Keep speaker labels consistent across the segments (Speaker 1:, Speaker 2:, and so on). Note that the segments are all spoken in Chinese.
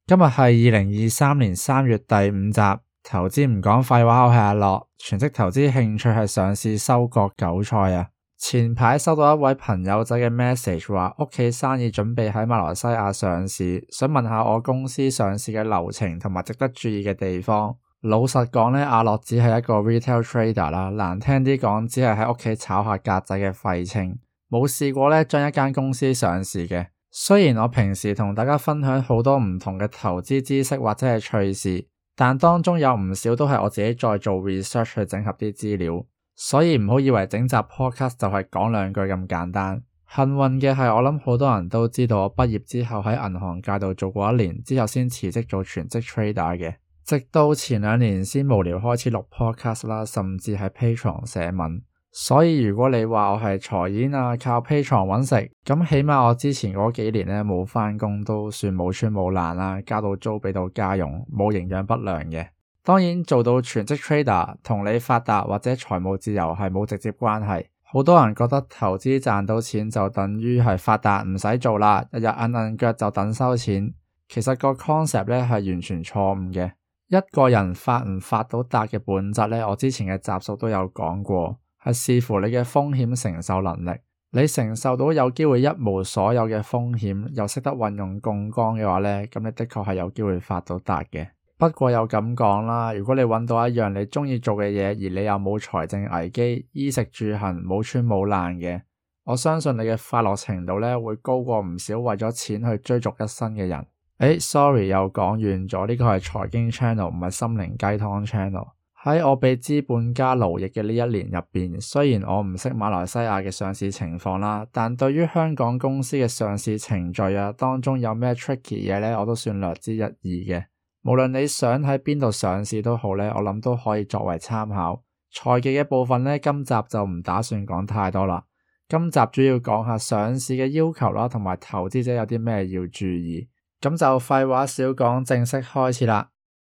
Speaker 1: 今日係2023年3月第5集，投資唔講廢話，我係阿樂，全職投資興趣係上市收割韭菜啊。前排收到一位朋友仔嘅 message 話屋企生意準備喺馬來西亞上市，想問下我公司上市嘅流程同埋值得注意嘅地方。老實講呢，阿樂只係一個 retail trader 啦，難聽啲講只係喺屋企炒下格仔嘅廢青，冇試過呢將一間公司上市嘅。雖然我平時同大家分享好多唔同嘅投資知識或者係趣事，但當中有唔少都係我自己再做 research 去整合啲資料，所以唔好以為整集 podcast 就係講兩句咁簡單。幸運嘅係我諗好多人都知道我畢業之後喺銀行界度做過1年，之後先辭職做全職 trader 嘅，直到前2年先無聊開始錄 podcast 啦，甚至喺 Patreon 寫文。所以如果你話我係財演啊，靠 Patreon 搵食，咁起碼我之前嗰幾年呢冇返工都算冇穿冇爛啦，交到租俾到家用，冇營養不良嘅。當然做到全職 trader 同你發達或者財務自由係冇直接關係。好多人覺得投資賺到錢就等於係發達，唔使做啦，日日硬腳就等收錢。其實個 concept 呢係完全錯誤嘅。一個人發唔發到達嘅本質呢，我之前嘅集數都有講過。係視乎你嘅風險承受能力，你承受到有機會一無所有嘅風險，又識得運用槓桿嘅話呢，咁你的確係有機會發到達嘅。不過又咁講啦，如果你揾到一樣你中意做嘅嘢，而你又冇財政危機，衣食住行冇穿冇爛嘅，我相信你嘅快樂程度呢會高過唔少為咗錢去追逐一生嘅人。sorry 又講遠咗，呢個係財經 channel 唔係心靈雞湯 channel。喺我被資本家奴役嘅呢1年入邊，雖然我唔識馬來西亞嘅上市情況啦，但對於香港公司嘅上市程序啊，當中有咩 tricky 嘢呢，我都算略知一二嘅。無論你想喺邊度上市都好呢，我諗都可以作為參考。財技嘅部分呢，今集就唔打算講太多啦。今集主要講下上市嘅要求啦，同埋投資者有啲咩要注意。咁就廢話少講，正式開始啦。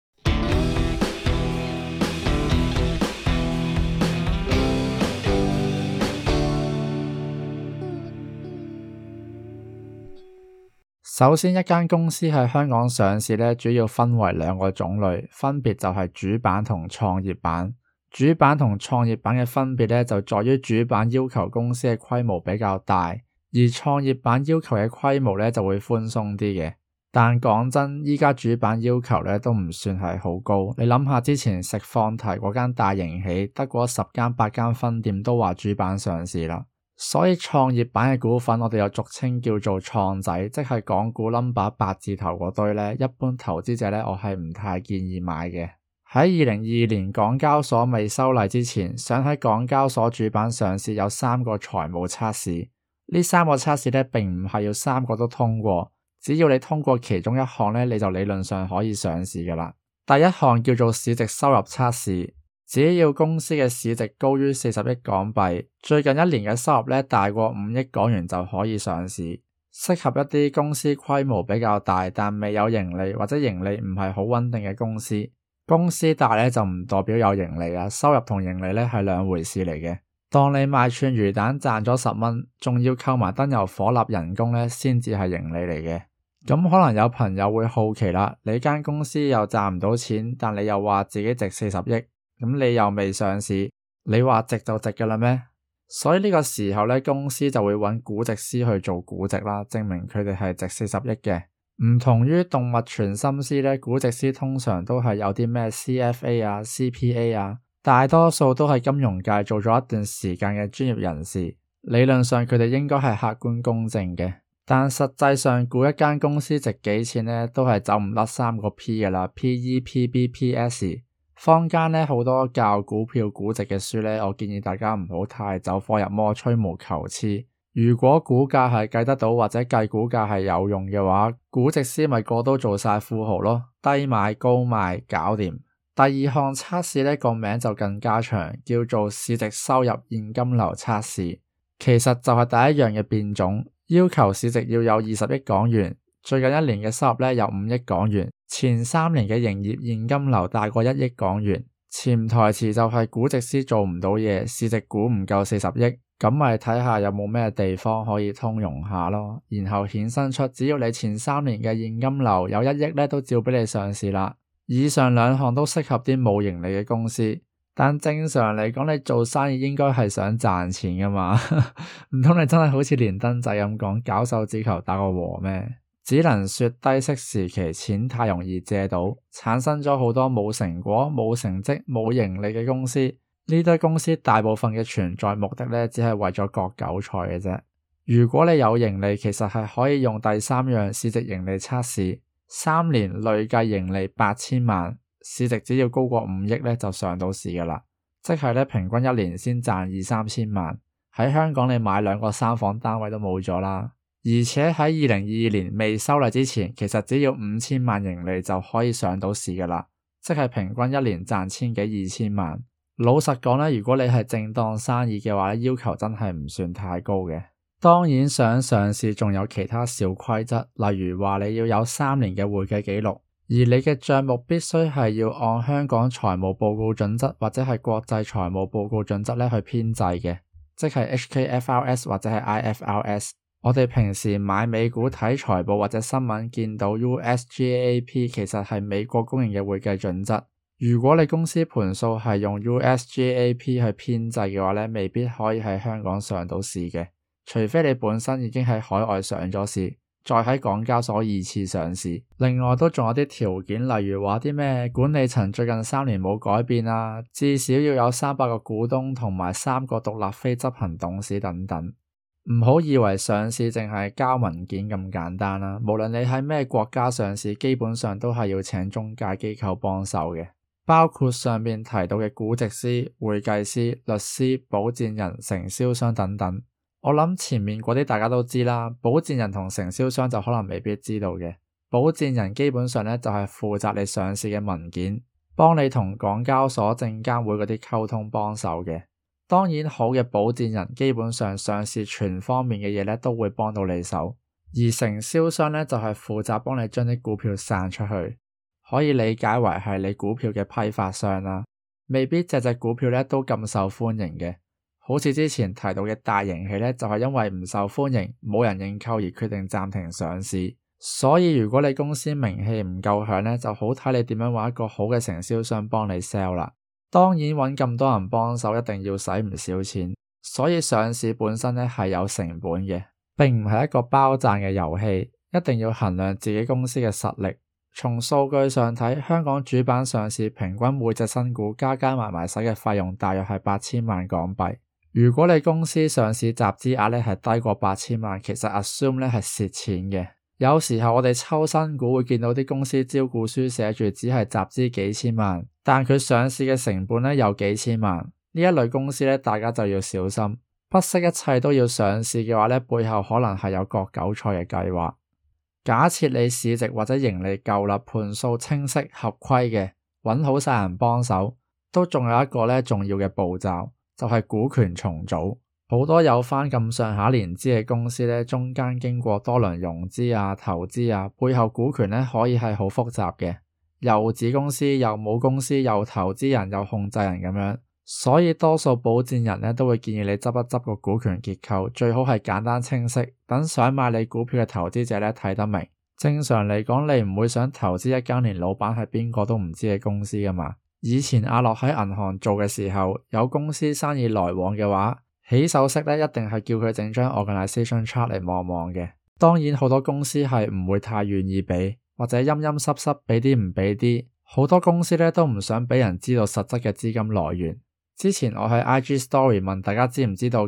Speaker 1: 首先，一間公司喺香港上市呢，主要分為2個種類，分別就係主板同創業板。主板同創業板嘅分別呢，就在於主板要求公司嘅規模比較大，而創業板要求嘅規模呢就會寬鬆啲嘅。但講真，依家主板要求呢都唔算係好高。你諗下之前食放題嗰間大型起，得嗰10間8間分店都話主板上市啦。所以創業板嘅股份我哋又俗稱叫做創仔，即係港股 number 8字頭嗰堆呢，一般投資者呢，我係唔太建議買嘅。喺2022年港交所未修例之前，想喺港交所主板上市有3個財務測試，呢3個測試呢並唔係要3個都通過，只要你通過其中一項呢，你就理論上可以上市㗎喇。第一項叫做市值收入測試。只要公司嘅市值高於40億港幣，最近1年嘅收入呢大過5億港元就可以上市，適合一啲公司規模比較大但未有盈利或者盈利唔係好穩定嘅公司。公司大呢就唔代表有盈利啊，收入同盈利呢係2回事嚟嘅。當你賣串魚蛋賺咗10蚊，仲要扣埋燈油火蠟人工呢先至係盈利嚟嘅。咁可能有朋友會好奇啦，你間公司又賺唔到錢，但你又話自己值40億。咁你又未上市，你話值就值㗎啦咩？所以呢個時候呢，公司就會揾估值師去做估值啦，證明佢哋係值40億嘅。唔同於動物傳心師呢，估值師通常都係有啲咩 CFA 啊、CPA 啊，大多數都係金融界做咗一段時間嘅專業人士，理論上佢哋應該係客觀公正嘅。但實際上估一間公司值幾錢呢，都係走唔甩3個 P 㗎啦， PE、PB、PS。坊間呢好多教股票估值嘅書呢，我建議大家唔好太走火入魔，吹毛求疵。如果股價係計得到或者計股價係有用嘅話，估值師咪個都做晒富豪咯，低買高賣搞掂。第二項測試呢個名就更加長，叫做市值收入現金流測試，其實就係第一樣嘅變種，要求市值要有20億港元。最近1年嘅收入呢有5億港元，前3年嘅營業現金流大過1億港元，潛台詞就係估值師做唔到嘢，市值估唔夠40億， 咁咪睇下有冇咩地方可以通融下咯，然後衍生出只要你前3年嘅現金流有1億咧，都照俾你上市啦。以上2項都適合啲冇盈利嘅公司，但正常嚟講，你做生意應該係想賺錢噶嘛，唔通你真係好似連登仔咁講，搞手指球打個和咩？只能說低息時期錢太容易借到，產生咗好多冇成果、冇成績、冇盈利嘅公司。呢堆公司大部分嘅存在目的咧，只係為咗割韭菜嘅啫。如果你有盈利，其實係可以用第3樣市值盈利測試，3年累計盈利8000萬，市值只要高過5億咧就上到市噶啦。即係咧平均1年先賺2-3千萬。喺香港你買2個3房單位都冇咗啦。而且喺2022年未修例之前，其實只要5000萬盈利就可以上到市噶啦，即係平均1年賺千幾2000萬。老實講咧，如果你係正當生意嘅話咧，要求真係唔算太高嘅。當然想上市仲有其他小規則，例如話你要有3年嘅會計記錄，而你嘅賬目必須係要按香港財務報告準則或者係國際財務報告準則咧去編製嘅，即係 HKFRS 或者係 IFRS。我哋平時買美股睇財報或者新聞見到 USGAAP 其實係美國公認嘅會計準則。如果你公司盤數係用 USGAAP 去編製嘅話咧，未必可以喺香港上到市嘅，除非你本身已經喺海外上咗市，再喺港交所2次上市。另外都仲有啲條件，例如話啲咩管理層最近3年冇改變啊，至少要有300個股東同埋3個獨立非執行董事等等。唔好以為上市淨係交文件咁簡單啦，無論你喺咩國家上市，基本上都係要請中介機構幫手嘅，包括上面提到嘅估值師、會計師、律師、保薦人、承銷商等等。我諗前面嗰啲大家都知啦，保薦人同承銷商就可能未必知道嘅。保薦人基本上咧就係負責你上市嘅文件，幫你同港交所、證監會嗰啲溝通幫手嘅。當然好嘅保薦人基本上上市全方面嘅嘢咧都會幫到你手，而承銷商咧就係負責幫你將啲股票散出去，可以理解為係你股票嘅批發商啦。未必隻隻股票咧都咁受歡迎嘅，好似之前提到嘅大型企咧就係因為唔受歡迎，冇人認購而決定暫停上市。所以如果你公司名氣唔夠響咧，就好睇你點樣揾一個好嘅承銷商幫你 sell 啦。當然揾咁多人幫手一定要使唔少錢，所以上市本身咧係有成本嘅，並唔係一個包賺嘅遊戲，一定要衡量自己公司嘅實力。從數據上睇，香港主板上市平均每隻新股加埋埋使嘅費用大約係8000萬港幣。如果你公司上市集資額咧係低過8000萬，其實 assume 咧係蝕錢嘅。有時候我哋抽新股會見到啲公司招股書寫住只係集資幾千萬，但佢上市嘅成本咧有幾千萬。呢一類公司咧，大家就要小心，不惜一切都要上市嘅話咧，背後可能係有割韭菜嘅計劃。假設你市值或者盈利夠啦，盤數清晰合規嘅，揾好晒人幫手，都仲有一個咧重要嘅步驟，就係股權重組。好多有返咁上下年資嘅公司咧，中間經過多輪融資啊、投資啊，背後股權咧可以係好複雜嘅，又子公司又母公司又投資人又控制人咁樣，所以多數保薦人咧都會建議你執一執個股權結構，最好係簡單清晰，等想買你股票嘅投資者咧睇得明。正常嚟講，你唔會想投資一間連老闆係邊個都唔知嘅公司噶嘛。以前阿樂喺銀行做嘅時候，有公司生意來往嘅話，起手式咧一定係叫佢整張 organisation chart 嚟望望嘅。當然好多公司係唔會太願意俾，或者陰陰濕濕俾啲唔俾啲。好多公司咧都唔想俾人知道實質嘅資金來源。之前我喺 IG Story 問大家知唔知道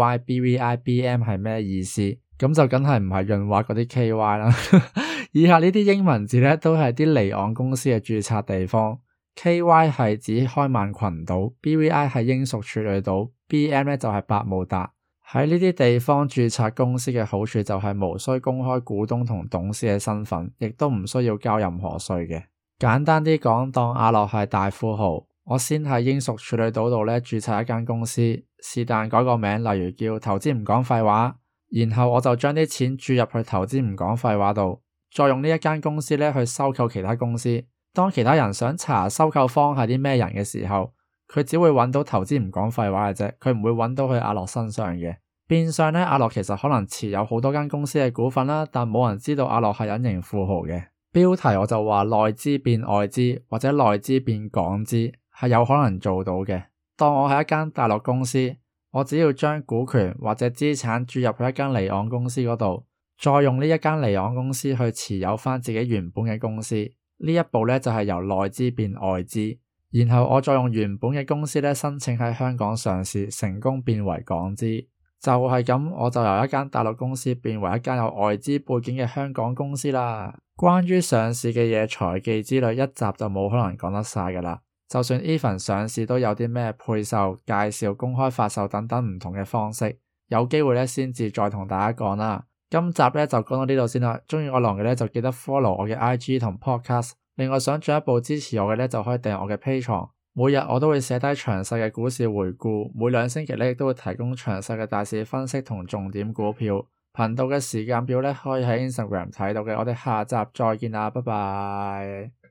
Speaker 1: KY、BVI、BM 係咩意思，咁就梗係唔係潤滑嗰啲 KY 啦。以下呢啲英文字咧都係啲離岸公司嘅註冊地方。KY 係指開曼群島， BVI 係英屬處女島， BM 咧就係百慕達。喺呢啲地方註冊公司嘅好處就係無需公開股東同董事嘅身份，亦都唔需要交任何稅嘅。簡單啲講，當阿樂係大富豪，我先喺英屬處女島度咧註冊一間公司，是但改個名，例如叫投資唔講廢話，然後我就將啲錢注入去投資唔講廢話度，再用呢一間公司咧去收購其他公司。當其他人想查收購方係啲咩人嘅時候， 佢只會揾到投資唔講廢話嘅啫，佢唔會揾到去阿樂身上嘅。變相呢，阿樂其實可能持有好多間公司嘅股份啦，但冇人知道阿樂係隱形富豪嘅。標題我就話內資變外資或者內資變港資係有可能做到嘅。當我係一間大陸公司，我只要將股權或者資產注入去一間離岸公司嗰度，再用呢一間離岸公司去持有翻自己原本嘅公司，呢一步呢就係由內資變外資，然後我再用原本嘅公司呢申請喺香港上市，成功變為港資，就係咁，我就由一間大陸公司變為一間有外資背景嘅香港公司啦。關於上市嘅嘢，財技之類一集就冇可能講得晒噶啦。就算 even 上市都有啲咩配售、介紹、公開發售等等唔同嘅方式，有機會咧先至再同大家講啦。今集咧就講到呢度先啦。鍾意我郎嘅咧就記得 follow 我嘅 IG 同 podcast。另外想進一步支持我嘅咧就可以訂閱我嘅 Patreon。每日我都會寫低詳細嘅股市回顧，每2星期咧亦都會提供詳細嘅大市分析同重點股票。頻道嘅時間表咧可以喺 Instagram 睇到嘅。我哋下集再見啦，拜拜。